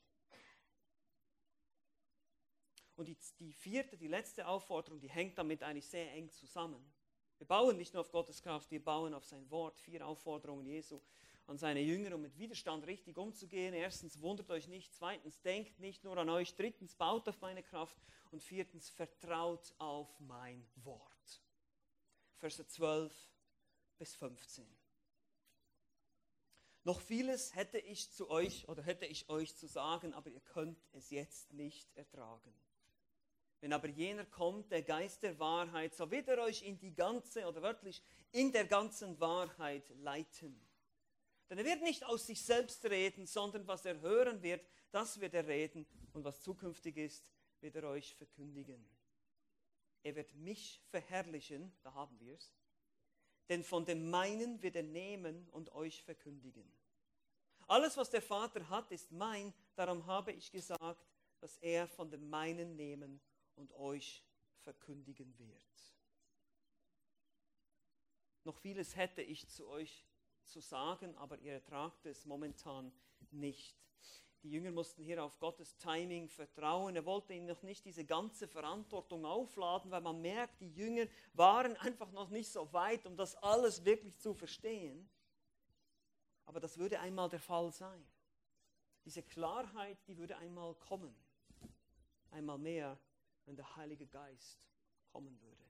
Und die vierte, die letzte Aufforderung, die hängt damit eigentlich sehr eng zusammen. Wir bauen nicht nur auf Gottes Kraft, wir bauen auf sein Wort. 4 Aufforderungen Jesu an seine Jünger, um mit Widerstand richtig umzugehen. 1. Wundert euch nicht. 2. denkt nicht nur an euch. 3. baut auf meine Kraft. Und 4. vertraut auf mein Wort. Verse 12 bis 15. Noch vieles hätte ich euch zu sagen, aber ihr könnt es jetzt nicht ertragen. Wenn aber jener kommt, der Geist der Wahrheit, so wird er euch in die ganze, oder wörtlich, in der ganzen Wahrheit leiten. Denn er wird nicht aus sich selbst reden, sondern was er hören wird, das wird er reden. Und was zukünftig ist, wird er euch verkündigen. Er wird mich verherrlichen, da haben wir es. Denn von dem meinen wird er nehmen und euch verkündigen. Alles, was der Vater hat, ist mein. Darum habe ich gesagt, dass er von dem meinen nehmen und euch verkündigen wird. Noch vieles hätte ich zu euch zu sagen, aber ihr ertragt es momentan nicht. Die Jünger mussten hier auf Gottes Timing vertrauen. Er wollte ihnen noch nicht diese ganze Verantwortung aufladen, weil man merkt, die Jünger waren einfach noch nicht so weit, um das alles wirklich zu verstehen. Aber das würde einmal der Fall sein. Diese Klarheit, die würde einmal kommen. Einmal mehr, wenn der Heilige Geist kommen würde.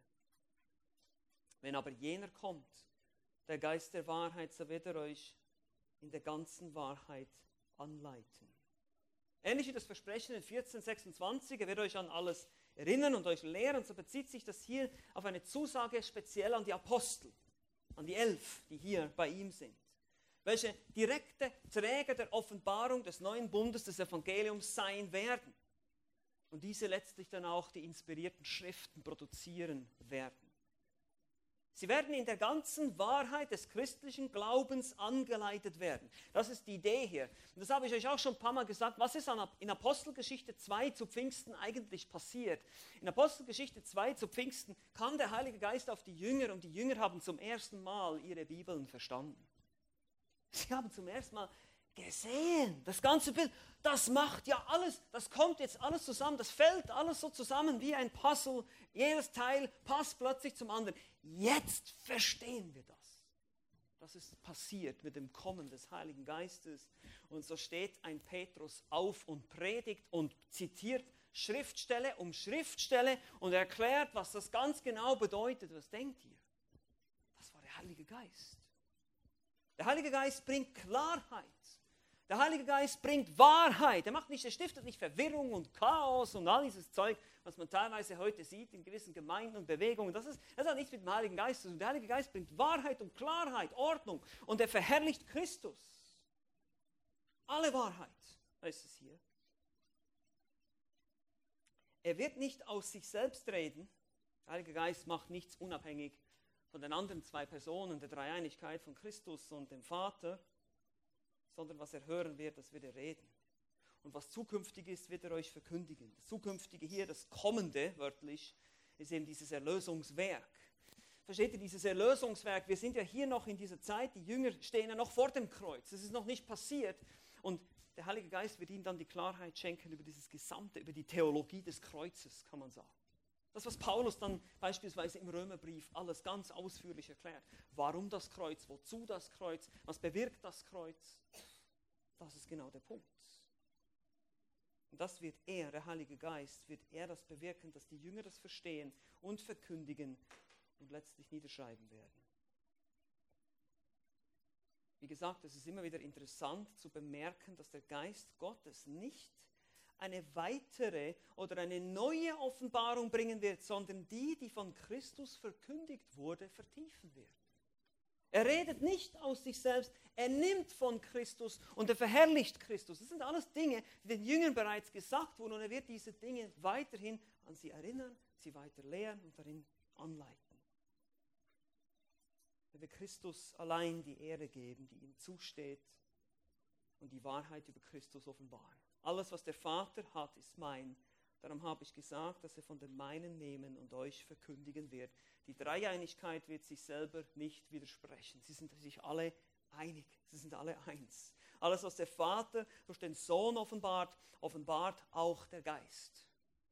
Wenn aber jener kommt, der Geist der Wahrheit, so wird er euch in der ganzen Wahrheit anleiten. Ähnlich wie das Versprechen in 14,26, er wird euch an alles erinnern und euch lehren, so bezieht sich das hier auf eine Zusage speziell an die Apostel, an die 11, die hier bei ihm sind, welche direkte Träger der Offenbarung des neuen Bundes, des Evangeliums sein werden und diese letztlich dann auch die inspirierten Schriften produzieren werden. Sie werden in der ganzen Wahrheit des christlichen Glaubens angeleitet werden. Das ist die Idee hier. Und das habe ich euch auch schon ein paar Mal gesagt. Was ist in Apostelgeschichte 2 zu Pfingsten eigentlich passiert? In Apostelgeschichte 2 zu Pfingsten kam der Heilige Geist auf die Jünger und die Jünger haben zum ersten Mal ihre Bibeln verstanden. Sie haben zum ersten Mal gesehen, das ganze Bild, das macht ja alles, das kommt jetzt alles zusammen, das fällt alles so zusammen wie ein Puzzle. Jedes Teil passt plötzlich zum anderen. Jetzt verstehen wir das. Das ist passiert mit dem Kommen des Heiligen Geistes. Und so steht ein Petrus auf und predigt und zitiert Schriftstelle um Schriftstelle und erklärt, was das ganz genau bedeutet. Was denkt ihr? Das war der Heilige Geist. Der Heilige Geist bringt Klarheit. Der Heilige Geist bringt Wahrheit. Er stiftet nicht Verwirrung und Chaos und all dieses Zeug, was man teilweise heute sieht in gewissen Gemeinden und Bewegungen. Das hat nichts mit dem Heiligen Geist zu tun. Der Heilige Geist bringt Wahrheit und Klarheit, Ordnung und er verherrlicht Christus. Alle Wahrheit, heißt es hier. Er wird nicht aus sich selbst reden. Der Heilige Geist macht nichts unabhängig von den anderen 2 Personen der Dreieinigkeit von Christus und dem Vater, sondern was er hören wird, das wird er reden. Und was zukünftig ist, wird er euch verkündigen. Das Zukünftige hier, das Kommende, wörtlich, ist eben dieses Erlösungswerk. Versteht ihr, dieses Erlösungswerk, wir sind ja hier noch in dieser Zeit, die Jünger stehen ja noch vor dem Kreuz, es ist noch nicht passiert. Und der Heilige Geist wird ihnen dann die Klarheit schenken über dieses Gesamte, über die Theologie des Kreuzes, kann man sagen. Das, was Paulus dann beispielsweise im Römerbrief alles ganz ausführlich erklärt. Warum das Kreuz, wozu das Kreuz, was bewirkt das Kreuz, das ist genau der Punkt. Und das wird er, der Heilige Geist, wird er das bewirken, dass die Jünger das verstehen und verkündigen und letztlich niederschreiben werden. Wie gesagt, es ist immer wieder interessant zu bemerken, dass der Geist Gottes nicht eine weitere oder eine neue Offenbarung bringen wird, sondern die von Christus verkündigt wurde, vertiefen wird. Er redet nicht aus sich selbst, er nimmt von Christus und er verherrlicht Christus. Das sind alles Dinge, die den Jüngern bereits gesagt wurden und er wird diese Dinge weiterhin an sie erinnern, sie weiter lehren und darin anleiten. Wenn wir Christus allein die Ehre geben, die ihm zusteht und die Wahrheit über Christus offenbaren. Alles, was der Vater hat, ist mein. Darum habe ich gesagt, dass er von den meinen nehmen und euch verkündigen wird. Die Dreieinigkeit wird sich selber nicht widersprechen. Sie sind sich alle einig. Sie sind alle eins. Alles, was der Vater durch den Sohn offenbart, offenbart auch der Geist.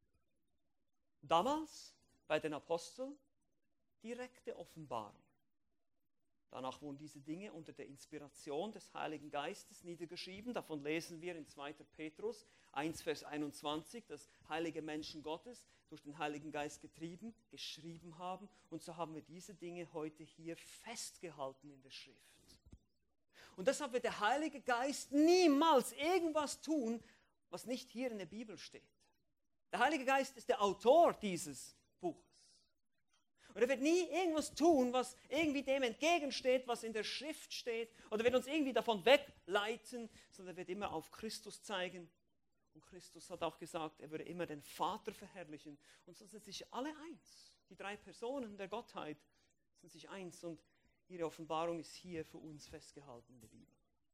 Damals bei den Aposteln direkte Offenbarung. Danach wurden diese Dinge unter der Inspiration des Heiligen Geistes niedergeschrieben. Davon lesen wir in 2. Petrus 1, Vers 21, dass heilige Menschen Gottes durch den Heiligen Geist getrieben, geschrieben haben. Und so haben wir diese Dinge heute hier festgehalten in der Schrift. Und deshalb wird der Heilige Geist niemals irgendwas tun, was nicht hier in der Bibel steht. Der Heilige Geist ist der Autor dieses Buches. Und er wird nie irgendwas tun, was irgendwie dem entgegensteht, was in der Schrift steht, oder wird uns irgendwie davon wegleiten, sondern er wird immer auf Christus zeigen. Und Christus hat auch gesagt, er würde immer den Vater verherrlichen. Und so sind sich alle eins. Die drei Personen der Gottheit sind sich eins und ihre Offenbarung ist hier für uns festgehalten in der Bibel.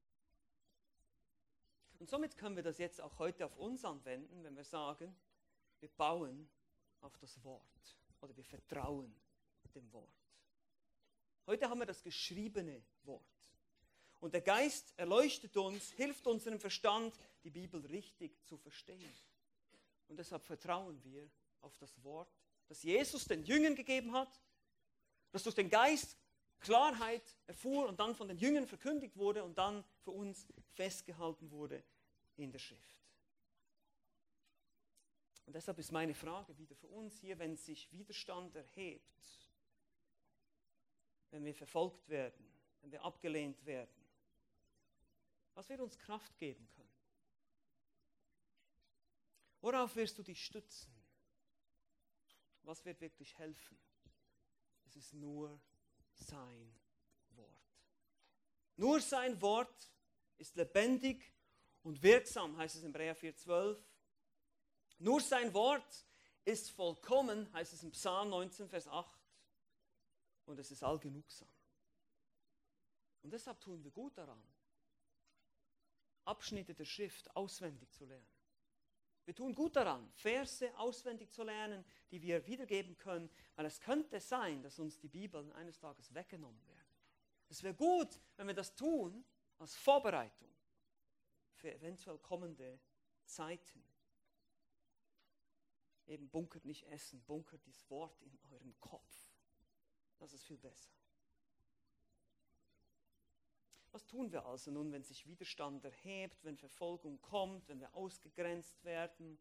Und somit können wir das jetzt auch heute auf uns anwenden, wenn wir sagen, wir bauen auf das Wort oder wir vertrauen dem Wort. Heute haben wir das geschriebene Wort. Und der Geist erleuchtet uns, hilft unserem Verstand, die Bibel richtig zu verstehen. Und deshalb vertrauen wir auf das Wort, das Jesus den Jüngern gegeben hat, das durch den Geist Klarheit erfuhr und dann von den Jüngern verkündigt wurde und dann für uns festgehalten wurde in der Schrift. Und deshalb ist meine Frage wieder für uns hier, wenn sich Widerstand erhebt, wenn wir verfolgt werden, wenn wir abgelehnt werden, was wird uns Kraft geben können? Worauf wirst du dich stützen? Was wird wirklich helfen? Es ist nur sein Wort. Nur sein Wort ist lebendig und wirksam, heißt es in Hebräer 4,12. Nur sein Wort ist vollkommen, heißt es in Psalm 19, Vers 8. Und es ist allgenugsam. Und deshalb tun wir gut daran, Abschnitte der Schrift auswendig zu lernen. Wir tun gut daran, Verse auswendig zu lernen, die wir wiedergeben können, weil es könnte sein, dass uns die Bibeln eines Tages weggenommen werden. Es wäre gut, wenn wir das tun, als Vorbereitung für eventuell kommende Zeiten. Eben bunkert nicht Essen, bunkert das Wort in eurem Kopf. Das ist viel besser. Was tun wir also nun, wenn sich Widerstand erhebt, wenn Verfolgung kommt, wenn wir ausgegrenzt werden?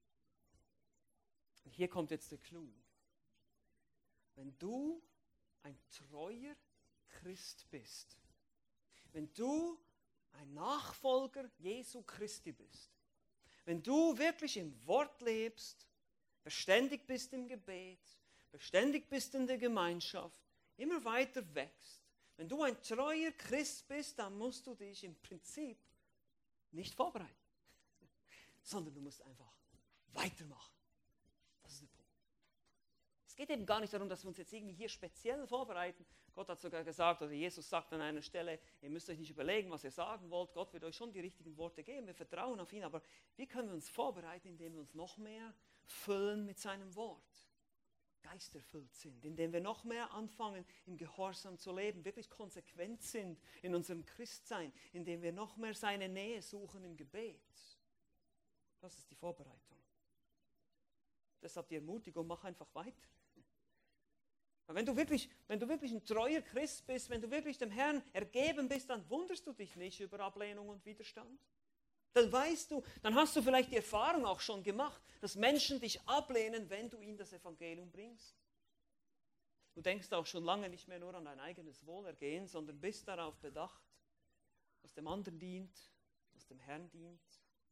Und hier kommt jetzt der Clou. Wenn du ein treuer Christ bist, wenn du ein Nachfolger Jesu Christi bist, wenn du wirklich im Wort lebst, beständig bist im Gebet, beständig bist in der Gemeinschaft, immer weiter wächst. Wenn du ein treuer Christ bist, dann musst du dich im Prinzip nicht vorbereiten, sondern du musst einfach weitermachen. Das ist der Punkt. Es geht eben gar nicht darum, dass wir uns jetzt irgendwie hier speziell vorbereiten. Gott hat sogar gesagt, oder Jesus sagt an einer Stelle, ihr müsst euch nicht überlegen, was ihr sagen wollt. Gott wird euch schon die richtigen Worte geben. Wir vertrauen auf ihn. Aber wie können wir uns vorbereiten, indem wir uns noch mehr füllen mit seinem Wort? Geisterfüllt sind, indem wir noch mehr anfangen, im Gehorsam zu leben, wirklich konsequent sind in unserem Christsein, indem wir noch mehr seine Nähe suchen im Gebet. Das ist die Vorbereitung. Deshalb die Ermutigung, mach einfach weiter. Wenn du wirklich ein treuer Christ bist, wenn du wirklich dem Herrn ergeben bist, dann wunderst du dich nicht über Ablehnung und Widerstand. Dann weißt du, dann hast du vielleicht die Erfahrung auch schon gemacht, dass Menschen dich ablehnen, wenn du ihnen das Evangelium bringst. Du denkst auch schon lange nicht mehr nur an dein eigenes Wohlergehen, sondern bist darauf bedacht, was dem anderen dient, was dem Herrn dient.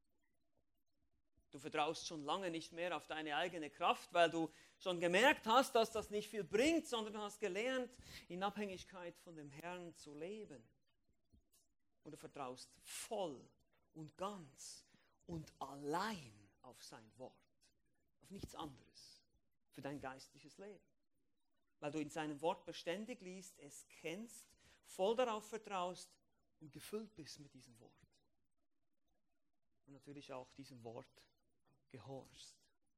Du vertraust schon lange nicht mehr auf deine eigene Kraft, weil du schon gemerkt hast, dass das nicht viel bringt, sondern du hast gelernt, in Abhängigkeit von dem Herrn zu leben. Und du vertraust voll und ganz und allein auf sein Wort, auf nichts anderes für dein geistliches Leben. Weil du in seinem Wort beständig liest, es kennst, voll darauf vertraust und gefüllt bist mit diesem Wort. Und natürlich auch diesem Wort gehorchst.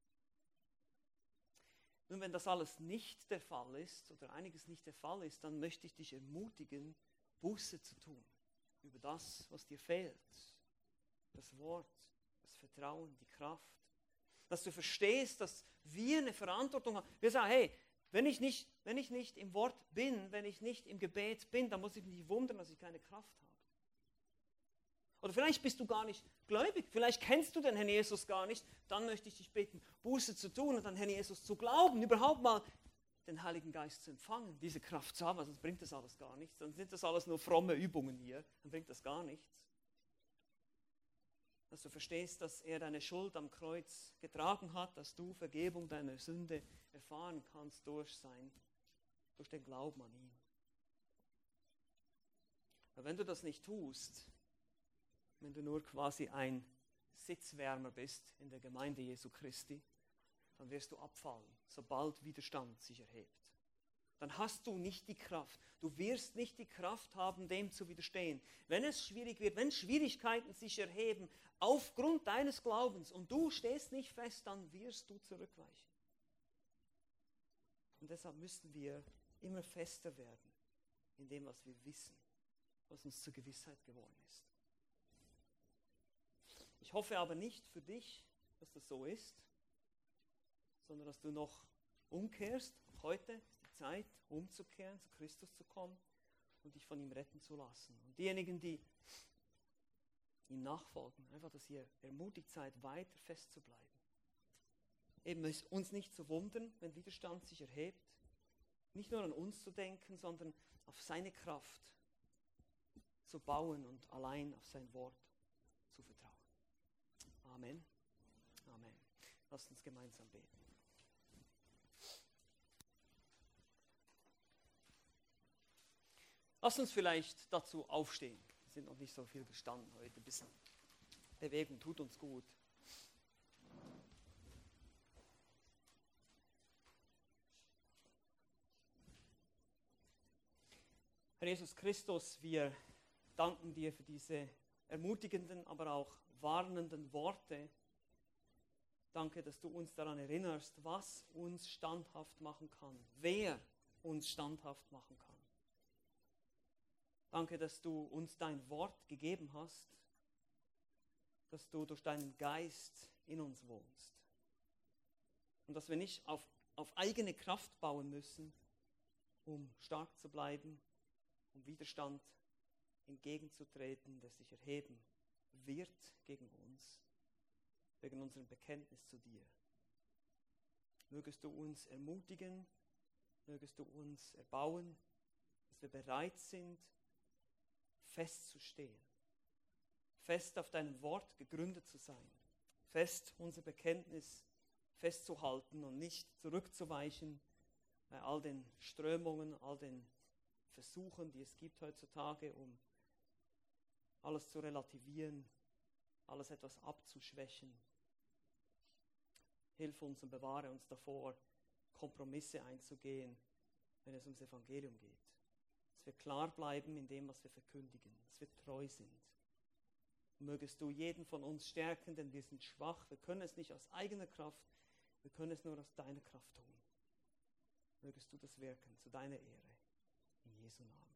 Nun, wenn das alles nicht der Fall ist oder einiges nicht der Fall ist, dann möchte ich dich ermutigen, Buße zu tun über das, was dir fehlt. Das Wort, das Vertrauen, die Kraft. Dass du verstehst, dass wir eine Verantwortung haben. Wir sagen, hey, wenn ich nicht im Wort bin, wenn ich nicht im Gebet bin, dann muss ich mich nicht wundern, dass ich keine Kraft habe. Oder vielleicht bist du gar nicht gläubig, vielleicht kennst du den Herrn Jesus gar nicht, dann möchte ich dich bitten, Buße zu tun und an Herrn Jesus zu glauben, überhaupt mal den Heiligen Geist zu empfangen, diese Kraft zu haben, sonst bringt das alles gar nichts, dann sind das alles nur fromme Übungen hier, dann bringt das gar nichts. Dass du verstehst, dass er deine Schuld am Kreuz getragen hat, dass du Vergebung deiner Sünde erfahren kannst durch den Glauben an ihn. Aber wenn du das nicht tust, wenn du nur quasi ein Sitzwärmer bist in der Gemeinde Jesu Christi, dann wirst du abfallen, sobald Widerstand sich erhebt. Dann hast du nicht die Kraft. Du wirst nicht die Kraft haben, dem zu widerstehen. Wenn es schwierig wird, wenn Schwierigkeiten sich erheben, aufgrund deines Glaubens und du stehst nicht fest, dann wirst du zurückweichen. Und deshalb müssen wir immer fester werden in dem, was wir wissen, was uns zur Gewissheit geworden ist. Ich hoffe aber nicht für dich, dass das so ist, sondern dass du noch umkehrst. Heute ist die Zeit, umzukehren, zu Christus zu kommen und dich von ihm retten zu lassen. Und diejenigen, die ihm nachfolgen, einfach, dass ihr ermutigt seid, weiter festzubleiben. Eben uns nicht zu wundern, wenn Widerstand sich erhebt. Nicht nur an uns zu denken, sondern auf seine Kraft zu bauen und allein auf sein Wort zu vertrauen. Amen. Amen. Lasst uns gemeinsam beten. Lasst uns vielleicht dazu aufstehen. Wir sind noch nicht so viel gestanden heute. Ein bisschen Bewegung tut uns gut. Herr Jesus Christus, wir danken dir für diese ermutigenden, aber auch warnenden Worte. Danke, dass du uns daran erinnerst, was uns standhaft machen kann, wer uns standhaft machen kann. Danke, dass du uns dein Wort gegeben hast, dass du durch deinen Geist in uns wohnst und dass wir nicht auf eigene Kraft bauen müssen, um stark zu bleiben, um Widerstand entgegenzutreten, der sich erheben wird gegen uns, wegen unserem Bekenntnis zu dir. Mögest du uns ermutigen, mögest du uns erbauen, dass wir bereit sind, festzustehen, fest auf deinem Wort gegründet zu sein, fest unser Bekenntnis festzuhalten und nicht zurückzuweichen bei all den Strömungen, all den Versuchen, die es gibt heutzutage, um alles zu relativieren, alles etwas abzuschwächen. Hilf uns und bewahre uns davor, Kompromisse einzugehen, wenn es ums Evangelium geht. Dass wir klar bleiben in dem, was wir verkündigen, dass wir treu sind. Mögest du jeden von uns stärken, denn wir sind schwach, wir können es nicht aus eigener Kraft, wir können es nur aus deiner Kraft tun. Mögest du das wirken, zu deiner Ehre. In Jesu Namen.